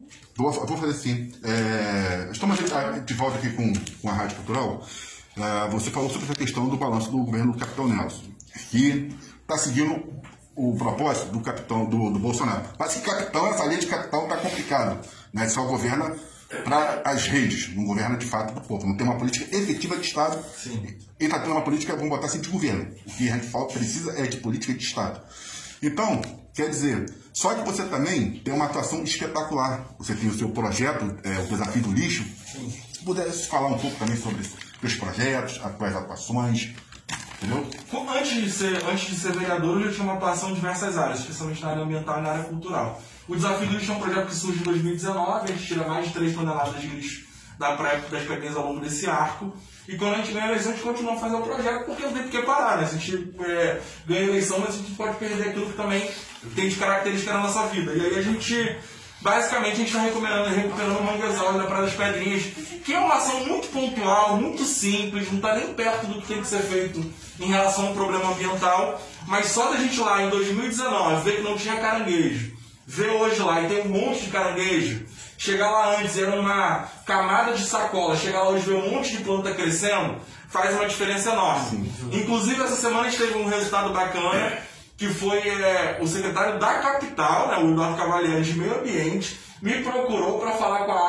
vou fazer assim. Estamos de volta aqui com a Rádio Cultural. Você falou sobre a questão do balanço do governo do Capitão Nelson, que está seguindo o propósito do capitão do Bolsonaro. Mas que capitão, essa lei de capitão está complicado, né? Só governa para as redes, não governa de fato do povo. Não tem uma política efetiva de Estado. Sim. E está tendo uma política, vamos botar assim, de governo. O que a gente precisa é de política de Estado. Então, quer dizer, só que você também tem uma atuação espetacular. Você tem o seu projeto, o Desafio do Lixo. Sim. Se pudesse falar um pouco também sobre os projetos, as tuas atuações, entendeu? Antes de ser vereador, eu já tinha uma atuação em diversas áreas, especialmente na área ambiental e na área cultural. O Desafio do Lixo é um projeto que surge em 2019, a gente tira mais de 3 toneladas de lixo da praia das Pedrinhas ao longo desse arco. E quando a gente ganha a eleição, a gente continua a fazer o projeto, porque não tem por que parar, né? Se a gente ganha a eleição, mas a gente pode perder aquilo que também tem de característica na nossa vida. E aí a gente, basicamente, a gente está recuperando o manguezal da Praia das Pedrinhas, que é uma ação muito pontual, muito simples, não está nem perto do que tem que ser feito em relação ao problema ambiental, mas só da gente ir lá em 2019 ver que não tinha caranguejo, ver hoje lá e tem um monte de caranguejo, chegar lá antes era uma camada de sacola, chegar lá hoje ver um monte de planta crescendo, faz uma diferença enorme. Sim. Inclusive, essa semana a gente teve um resultado bacana, que foi o secretário da capital, né, o Eduardo Cavalieri, de Meio Ambiente, me procurou para falar com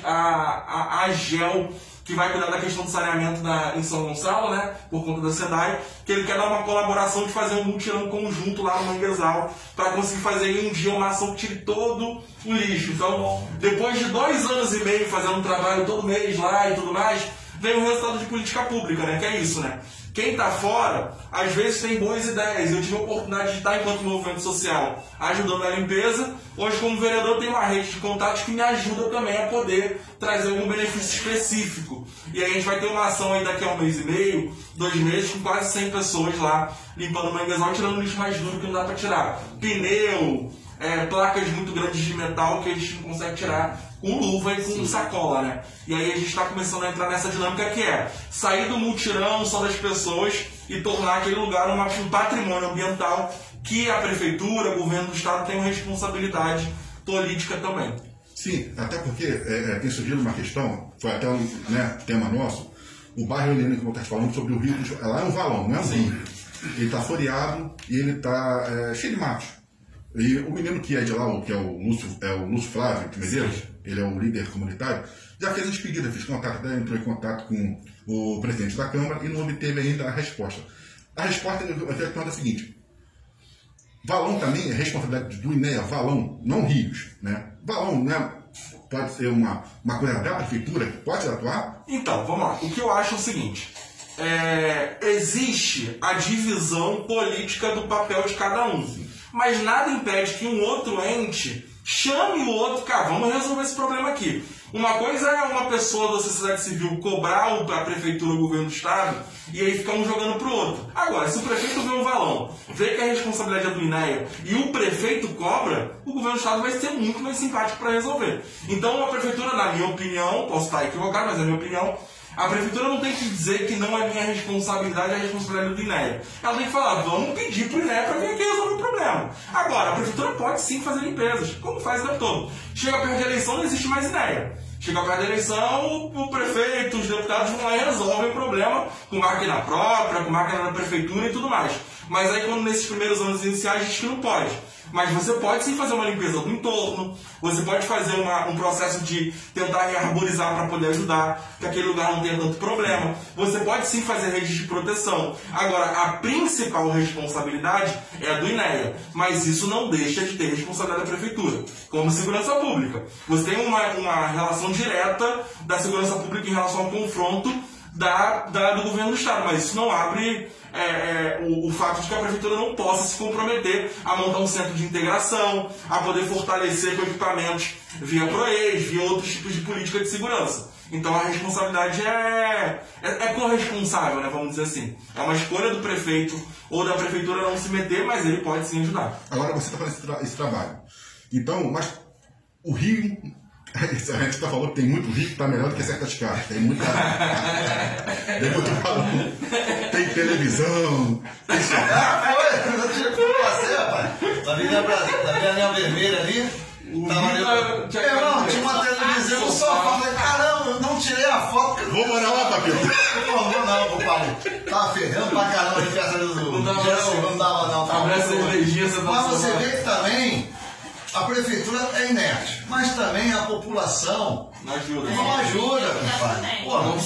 a AGEL, que vai cuidar da questão do saneamento em São Gonçalo, né, por conta da SEDAI, que ele quer dar uma colaboração de fazer um mutirão conjunto lá no manguezal, para conseguir fazer em um dia uma ação que tire todo o lixo. Então, depois de 2 anos e meio fazendo um trabalho todo mês lá e tudo mais, vem um resultado de política pública, né, que é isso, né? Quem está fora, às vezes tem boas ideias. Eu tive a oportunidade de estar, enquanto movimento social, ajudando na limpeza. Hoje, como vereador, eu tenho uma rede de contatos que me ajuda também a poder trazer algum benefício específico. E aí a gente vai ter uma ação aí daqui a 1 mês e meio, 2 meses, com quase 100 pessoas lá, limpando o manguezal, tirando o lixo mais duro que não dá para tirar. Pneu, placas muito grandes de metal que a gente não consegue tirar com luva e com sacola, né? E aí a gente está começando a entrar nessa dinâmica que é sair do mutirão só das pessoas e tornar aquele lugar um patrimônio ambiental que a prefeitura, o governo do estado tem uma responsabilidade política também. Sim, até porque tem surgido uma questão, foi até um tema nosso, o bairro Helena que você está falando sobre o rio, lá é um valão, não é um rio. Ele está floreado e ele está cheio de matos. E o menino que é de lá, que é o Lúcio Flávio de Medeiros, ele é o líder comunitário, já fez a despedida, entrou em contato com o presidente da Câmara e não obteve ainda a resposta. A resposta é a seguinte: valão também é responsabilidade do INEA, valão, não rios, né? Valão, né? Pode ser uma coisa da prefeitura que pode atuar? Então, vamos lá. O que eu acho é o seguinte: existe a divisão política do papel de cada um. Mas nada impede que um outro ente chame o outro, cara, vamos resolver esse problema aqui. Uma coisa é uma pessoa da sociedade civil cobrar a prefeitura, o governo do estado, e aí ficar um jogando pro outro. Agora, se o prefeito vê um valão, vê que a responsabilidade é do INEA, e o prefeito cobra, o governo do estado vai ser muito mais simpático para resolver. Então, a prefeitura, na minha opinião, posso estar equivocado, mas na minha opinião, a prefeitura não tem que dizer que não é minha responsabilidade, é a responsabilidade do INEA. Ela tem que falar, vamos pedir pro INEA para vir aqui resolver o problema. Agora, a prefeitura pode sim fazer limpezas, como faz o tempo todo. Chega perto da eleição, não existe mais INEA. Chega perto da eleição, o prefeito, os deputados vão lá e resolvem o problema com máquina própria, com máquina da prefeitura e tudo mais. Mas aí, quando nesses primeiros anos iniciais, diz que não pode. Mas você pode sim fazer uma limpeza do entorno, você pode fazer um processo de tentar rearborizar para poder ajudar, que aquele lugar não tenha tanto problema. Você pode sim fazer redes de proteção. Agora, a principal responsabilidade é a do INEA, mas isso não deixa de ter responsabilidade da prefeitura. Como segurança pública, você tem uma relação direta da segurança pública em relação ao confronto do governo do estado, mas isso não abre o fato de que a prefeitura não possa se comprometer a montar um centro de integração, a poder fortalecer com equipamentos via PROES, via outros tipos de política de segurança. Então a responsabilidade é corresponsável, né, vamos dizer assim. É uma escolha do prefeito ou da prefeitura não se meter, mas ele pode sim ajudar. Agora você está fazendo esse trabalho. Então, mas o Rio... A gente está falando que tem muito rio que está melhor do que certas casas. Tem muita. Tem televisão. Tem foi! Eu tirei por você, rapaz. Tá vendo a linha vermelha ali? Tava ali. Não, tipo sofá. Falei, caramba, eu não tirei a foto. Vou morar lá, Papito. Não, compadre. Tava ferrando pra caramba de festa do Não dava não. Mas você vê que também a prefeitura é inerte, mas também a população não ajuda, compadre. Pô, não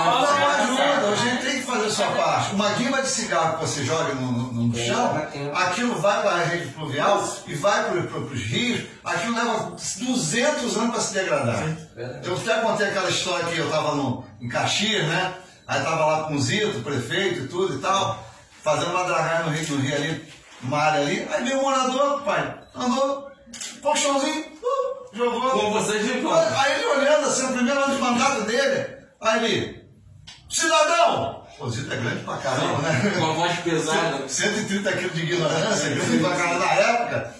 ajuda, a gente tem que fazer a sua parte. Uma guimba de cigarro que você joga no chão, aquilo vai para a rede pluvial e vai para os rios, aquilo leva 200 anos para se degradar. Eu até contei aquela história que eu estava em Caxias, né? Aí estava lá com o Zito, o prefeito e tudo e tal, fazendo uma dragagem no rio ali, uma área ali. Aí veio um morador, pai, andou, colchãozinho, jogou. Com você de Aí ele olhando assim, o primeiro ano de mandato dele, aí ele, cidadão! O Zito é grande pra caramba, né? Com a voz pesada. 130 quilos de ignorância, grande pra caramba na época.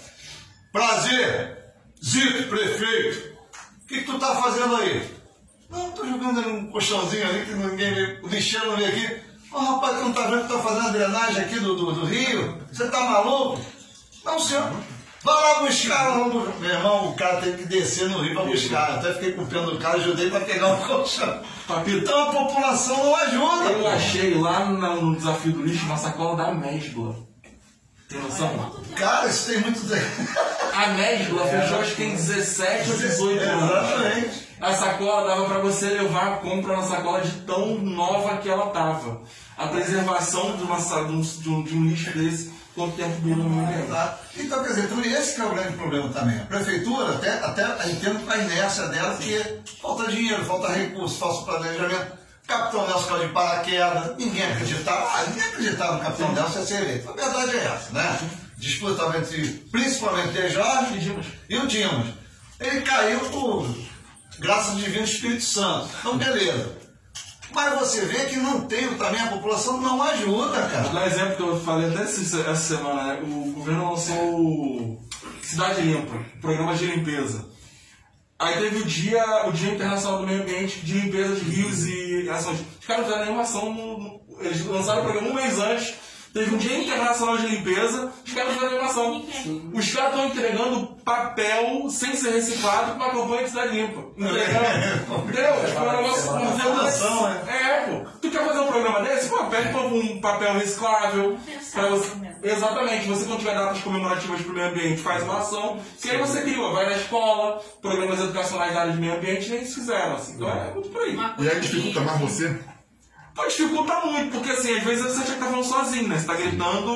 Prazer, Zito, prefeito. O que tu tá fazendo aí? Não, tô jogando um colchãozinho ali que ninguém vê, o lixeiro não vê aqui. Rapaz, tu não tá vendo que tá fazendo a drenagem aqui do rio? Você tá maluco? Não, senhor. Vai lá buscar, meu irmão, o cara teve que descer no rio pra buscar. Eu até fiquei com o pé do cara, ajudei pra pegar um colchão. Então a população não ajuda. Eu achei lá no desafio do lixo uma sacola da Mesbla. Tem noção? Cara, isso tem muito... A Mesbla fechou acho que tem 17 ou 18 anos. Exatamente. A sacola dava para você levar a compra na sacola de tão nova que ela tava. A preservação de um lixo desse, quanto tempo dura no momento. Então, quer dizer, esse que é o grande problema também. A prefeitura, até entendo a inércia dela, porque falta dinheiro, falta recurso, falta planejamento. Capitão Nelson caiu de paraquedas, ninguém acreditava no Capitão Nelson ia ser eleito. A verdade é essa, né? Disputa entre, principalmente o Jorge e o Dimas. Ele caiu por graça divina do Espírito Santo. Então, beleza. Mas você vê que não tem, também a população não ajuda, cara. Vou dar exemplo que eu falei até essa semana, né? O governo lançou o Cidade Limpa, programa de limpeza. Aí teve o Dia Internacional do Meio Ambiente de limpeza de rios e ações. Os caras fizeram nenhuma ação, eles lançaram o programa um mês antes. Teve um Dia Internacional de Limpeza, os caras fizeram animação. Os caras estão entregando papel sem ser reciclado para uma campanha de Cidade Limpa. Entregando. Entendeu? Tipo, um negócio. Pô. Tu quer fazer um programa desse? Pô, pede um papel reciclável. Exatamente. Você, quando tiver datas comemorativas para o meio ambiente, faz uma ação. Que aí você criou, vai na escola, programas educacionais da área de meio ambiente, nem isso fizeram. Assim. Então é muito por aí. E aí dificulta mais você? Pode dificultar muito, porque assim, às vezes você acha que tá falando sozinho, né? Você tá gritando.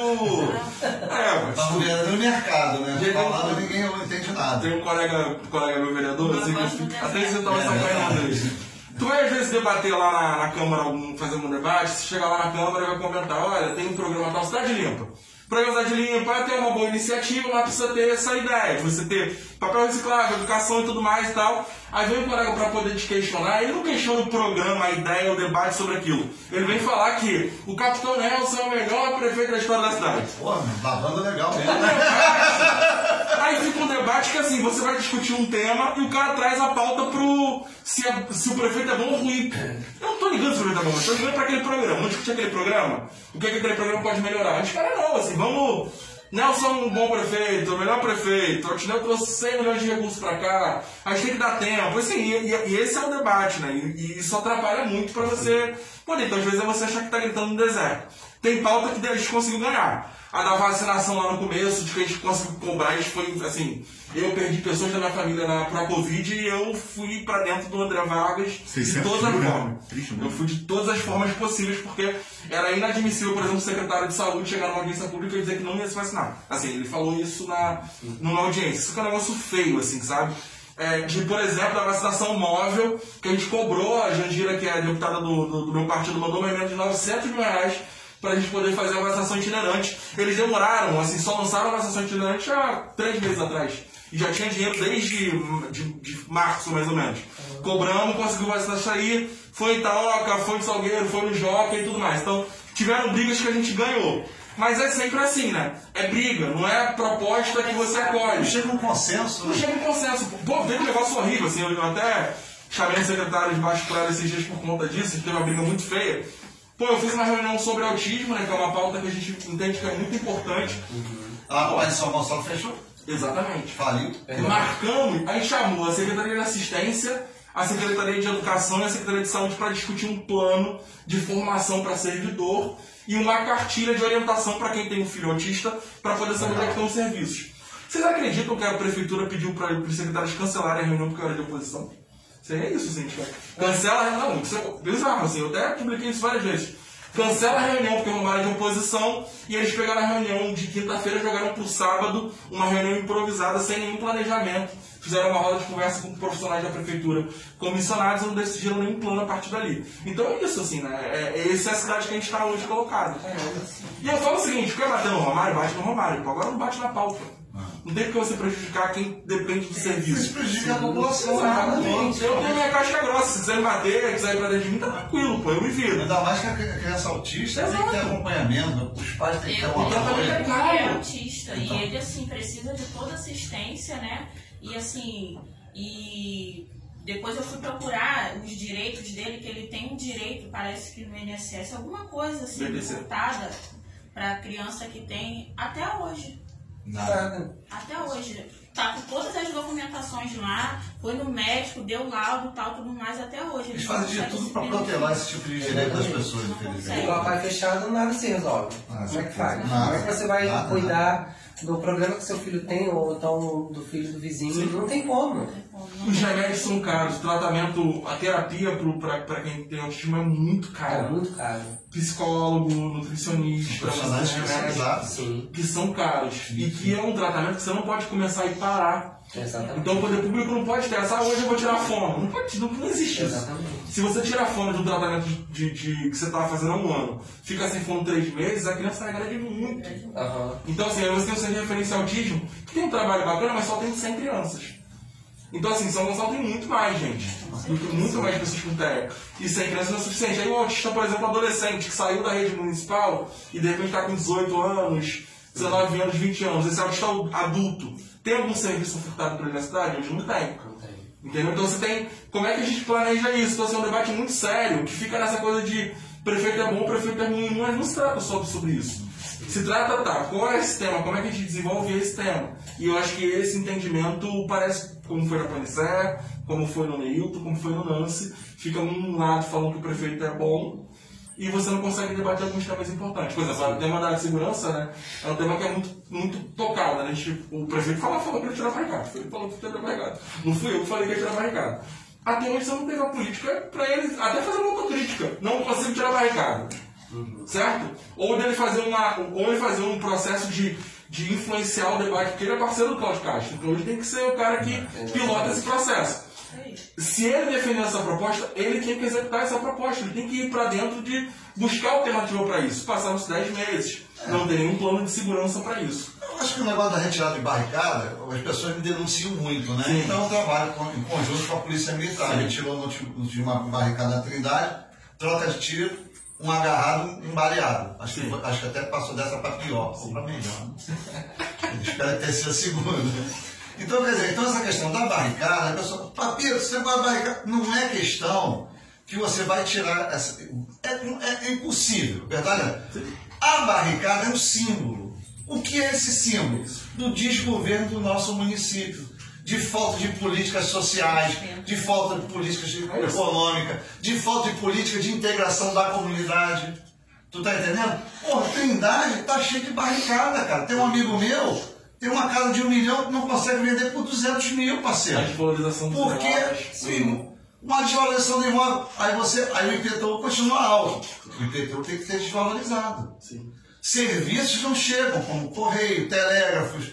Mas. Tá virando no mercado, né? Falando, ninguém não entende nada. Tem um colega meu vereador, assim, que até você tava sacaneando isso. Tu vai às vezes debater lá na Câmara, fazer um debate, você chega lá na Câmara e vai comentar, olha, tem um programa tal, Cidade Limpa. Programa Cidade Limpa ter uma boa iniciativa, mas precisa ter essa ideia de você ter papel reciclável, educação e tudo mais e tal. Aí vem o colega para poder te questionar, ele não questiona o programa, a ideia, o debate sobre aquilo. Ele vem falar que o Capitão Nelson é o melhor prefeito da história da cidade. Pô, babando legal mesmo. Aí fica um debate que assim, você vai discutir um tema e o cara traz a pauta pro se o prefeito é bom ou ruim. Eu não tô ligando se o prefeito é bom, eu tô ligando pra aquele programa. Vamos discutir aquele programa? O que aquele programa pode melhorar? Os caras não, assim, vamos... Nelson é um bom prefeito, o melhor prefeito, o Tinel trouxe 100 milhões de recursos pra cá, a gente tem que dar tempo, assim, e esse é o debate, né? E isso atrapalha muito pra você poder. Então, às vezes, é você achar que tá gritando no deserto. Tem pauta que a gente conseguiu ganhar. A da vacinação lá no começo, de que a gente conseguiu cobrar, isso foi assim. Eu perdi pessoas da minha família pra Covid e eu fui pra dentro do André Vargas de todas as formas. Eu fui de todas as formas possíveis, porque era inadmissível, por exemplo, o secretário de saúde chegar numa audiência pública e dizer que não ia se vacinar. Assim, ele falou isso numa audiência. Isso é um negócio feio, assim, sabe? Por exemplo, a vacinação móvel, que a gente cobrou, a Jandira, que é a deputada do meu partido, mandou um emenda de R$900 mil para a gente poder fazer a vacinação itinerante. Eles demoraram, assim, só lançaram a vacinação itinerante há 3 meses atrás. E já tinha dinheiro desde de março, mais ou menos. Cobramos, conseguiu vacinar sair, foi em Itaoca, foi em Salgueiro, foi no Joca e tudo mais. Então, tiveram brigas que a gente ganhou. Mas é sempre assim, né? É briga, não é proposta que você acolhe. Não chega um consenso. Não chega um consenso. Pô, teve um negócio horrível, assim, eu até chamei o secretário de Baixo Claro esses dias por conta disso, teve uma briga muito feia. Pô, eu fiz uma reunião sobre autismo, né, que é uma pauta que a gente entende que é muito importante. Mas São Gonçalo fechou? Exatamente. Faliu. Marcamos, aí chamou a Secretaria de Assistência, a Secretaria de Educação e a Secretaria de Saúde para discutir um plano de formação para servidor e uma cartilha de orientação para quem tem um filho autista para poder saber onde é que estão os serviços. Vocês acreditam que a Prefeitura pediu para os secretários cancelarem a reunião porque era de oposição? Seria isso, gente. Cancela a reunião. Isso é bizarro, assim. Eu até publiquei isso várias vezes. Cancela a reunião porque arrumaram de oposição e eles pegaram a reunião de quinta-feira e jogaram pro sábado, uma reunião improvisada sem nenhum planejamento. Fizeram uma roda de conversa com profissionais da prefeitura comissionados e não decidiram nenhum plano a partir dali. Então é isso, assim, né? Essa é a cidade que a gente está hoje colocado. E eu falo o seguinte, quer bater no Romário? Bate no Romário. Agora não bate na pauta. Não tem porque você prejudicar quem depende do serviço. Isso prejudica a população. Exatamente. Eu tenho minha casca grossa. Se quiser me bater, quiser ir pra dentro de mim, tá tranquilo, pô. Eu me viro. Ainda mais que a criança autista tem que ter acompanhamento. Os pais têm que ter uma apoio. Ele é autista então. E ele, assim, precisa de toda assistência, né? E, assim, depois eu fui procurar os direitos dele, que ele tem um direito, parece que no INSS, alguma coisa, assim, voltada pra criança que tem até hoje. Nada. Até hoje. Tá com todas as documentações lá, foi no médico, deu laudo e tal, tudo mais, até hoje. Eles fazem de tudo para protelar esse tipo de direito das pessoas, infelizmente. O papai fechado, nada se resolve. Como é que faz? Como é que você vai cuidar do problema que seu filho tem, ou então do filho do vizinho? Sim. Não tem como. Os remédios são caros, o tratamento, a terapia para quem tem autismo é muito caro. É muito caro. Psicólogo, nutricionista, profissionais especializados, que são caros. E que é um tratamento que você não pode começar e parar. Exatamente. Então o poder público não pode ter essa, hoje eu vou tirar fono. Não pode, não existe isso. Exatamente. Se você tira fono de um tratamento que você estava fazendo há um ano, fica sem fono 3 meses, a criança vai agredir muito. Então assim, aí você tem um centro de referência autismo, que tem um trabalho bacana, mas só tem 100 crianças. Então assim, São Gonçalo tem muito mais gente. Muito mais pessoas com TEA. E 100 crianças não é suficiente. Aí um autista, por exemplo, adolescente, que saiu da rede municipal e de repente está com 18 anos, 19 anos, 20 anos, esse autista adulto, tem algum serviço ofertado para ele na cidade? Hoje não tem. Entendeu? Então você tem. Como é que a gente planeja isso? Então assim, é um debate muito sério, que fica nessa coisa de prefeito é bom, prefeito é ruim, mas não se trata só sobre isso. Se trata, qual é esse tema? Como é que a gente desenvolve esse tema? E eu acho que esse entendimento parece, como foi na Panicé, como foi no Neilton, como foi no Nancy, fica um lado falando que o prefeito é bom e você não consegue debater alguns temas importantes. Por exemplo, o tema da segurança, né, é um tema que é muito tocado, né? O prefeito falou que ele tirar barricada. Ele falou que ele tirar barricada. Não fui eu que falei que ia tirar barricada. Até hoje você não teve a política para eles até fazer uma autocrítica. Não consigo tirar barricada. Certo? Ou ele fazer um processo de influenciar o debate, porque ele é parceiro do Cláudio Castro. Então ele tem que ser o cara que pilota esse processo. Se ele defender essa proposta, ele tem que executar essa proposta. Ele tem que ir para dentro de buscar alternativa para isso. Passaram-se 10 meses. Não tem nenhum plano de segurança para isso. Eu acho que o negócio da retirada de barricada, as pessoas me denunciam muito, né? Sim. Então eu trabalho em conjunto com a Polícia Militar. A gente tirou de uma barricada na Trindade, troca de tiro, um agarrado, um baleado. Acho que até passou dessa para pior, ou para melhor. Espero que tenha sido a segunda. Então, quer dizer, essa questão da barricada, a pessoa, Papito, você vai barricada. Não é questão que você vai tirar essa. É impossível, verdade? A barricada é um símbolo. O que é esse símbolo? Do desgoverno do nosso município. De falta de políticas sociais, de falta de políticas econômicas, de falta de política de integração da comunidade. Tu tá entendendo? Porra, Trindade tá cheio de barricada, cara. Tem um amigo meu, tem uma casa de 1 milhão que não consegue vender por 200 mil, parceiro. A desvalorização do Porque, uma desvalorização do imóvel, aí o IPTU continua alto. O IPTU tem que ser desvalorizado. Sim. Serviços não chegam, como correio, telégrafos,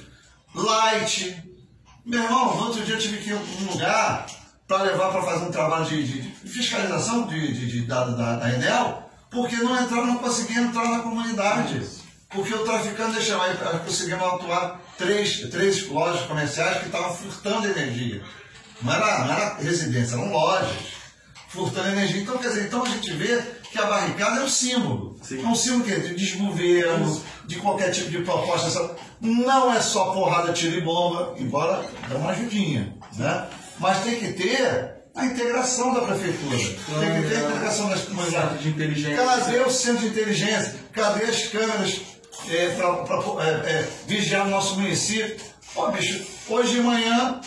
light. Meu irmão, no outro dia eu tive que ir em um lugar para levar para fazer um trabalho de fiscalização de dados da Enel, porque não conseguia entrar na comunidade. Porque o traficante deixava, conseguimos atuar três lojas comerciais que estavam furtando energia. Não era residência, eram lojas furtando energia. Então, quer dizer, a gente vê que a barricada é um símbolo. Sim. É um símbolo de desgoverno, de qualquer tipo de proposta. Não é só porrada, tiro e bomba, embora dê uma ajudinha, né? Mas tem que ter a integração da prefeitura. Tem que ter a integração das comunidades. De inteligência. Cadê o centro de inteligência? Cadê as câmeras para vigiar o nosso município? Pô, bicho, hoje de manhã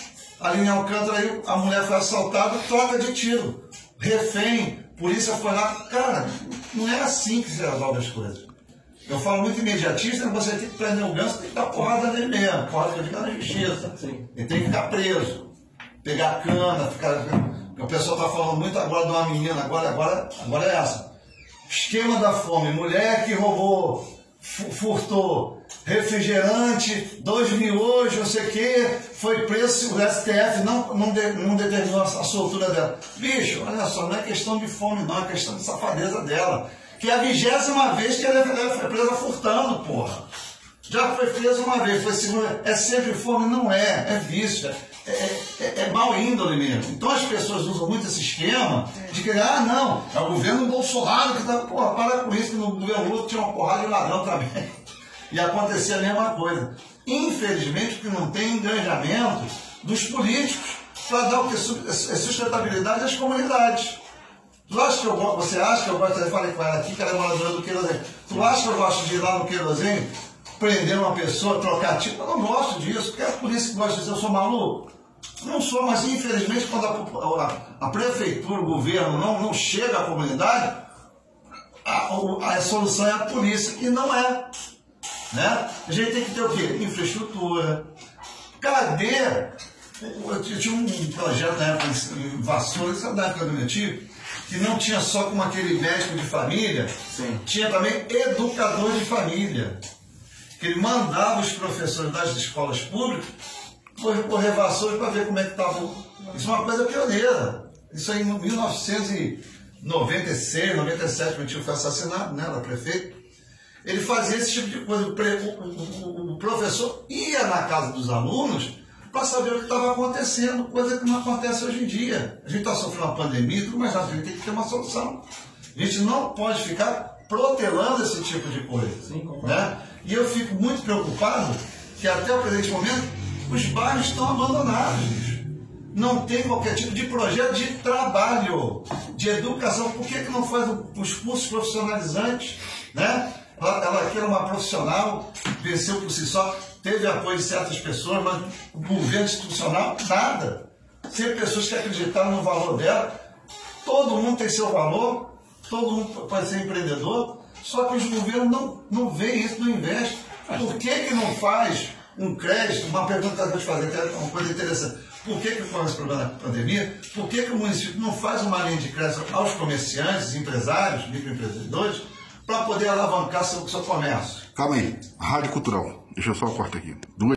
ali em Alcântara, aí a mulher foi assaltada, troca de tiro. Refém, polícia foi lá. Cara, não é assim que se resolve as coisas. Eu falo muito imediatista, você tem que prender o ganso, tem que dar porrada nele mesmo, porrada de ficar na justiça. Sim. Ele tem que ficar preso, pegar cana, ficar... O pessoal está falando muito agora de uma menina, agora é essa. Esquema da fome, mulher que roubou, furtou refrigerante, 2 miojos, não sei o que, foi preso, o STF não determinou a soltura dela. Bicho, olha só, não é questão de fome não, é questão de safadeza dela. Que é a 20ª vez que ela foi presa furtando, porra. Já foi presa uma vez, foi segunda. É sempre fome? Não é, é vício, é mau índole mesmo. Então as pessoas usam muito esse esquema de que, não, é o governo Bolsonaro que está, porra, para com isso, que no governo Lula tinha uma porrada de ladrão também. E acontecia a mesma coisa. Infelizmente, porque não tem engajamento dos políticos para dar o que sustentabilidade às comunidades. Você acha que eu gosto de falar com ela aqui, que ela é moradora do Querosene? Tu acha que eu gosto de ir lá no Querosene, prender uma pessoa, trocar tipo? Eu não gosto disso, porque é por isso que gosto disso. Eu sou maluco? Não sou, mas infelizmente quando a prefeitura, o governo não chega à comunidade, a solução é a polícia, e não é. Né? A gente tem que ter o quê? Infraestrutura. Cadê? Eu tinha um projeto na época em Vassoura, isso é da época do meu tio, que não tinha só como aquele médico de família, sim, tinha também educador de família. Que ele mandava os professores das escolas públicas correr Vassoura para ver como é que estava. Isso é uma coisa pioneira. Isso aí em 1996, 97, meu tio foi assassinado, né, era prefeito. Ele fazia esse tipo de coisa. O professor ia na casa dos alunos para saber o que estava acontecendo, coisa que não acontece hoje em dia. A gente está sofrendo uma pandemia, mas a gente tem que ter uma solução. A gente não pode ficar protelando esse tipo de coisa. Sim, né? E eu fico muito preocupado que até o presente momento os bairros estão abandonados. Não tem qualquer tipo de projeto de trabalho, de educação. Por que não faz os cursos profissionalizantes? Né? Ela que era uma profissional, venceu por si só, teve apoio de certas pessoas, mas o governo institucional, nada. Sempre pessoas que acreditaram no valor dela. Todo mundo tem seu valor, todo mundo pode ser empreendedor, só que os governos não veem isso, não investem. Por que não faz um crédito? Uma pergunta que eu vou te fazer, que é uma coisa interessante. Por que com esse problema da pandemia, por que o município não faz uma linha de crédito aos comerciantes, empresários, microempreendedores, para poder alavancar seu comércio? Calma aí, Rádio Cultural. Deixa eu só cortar aqui.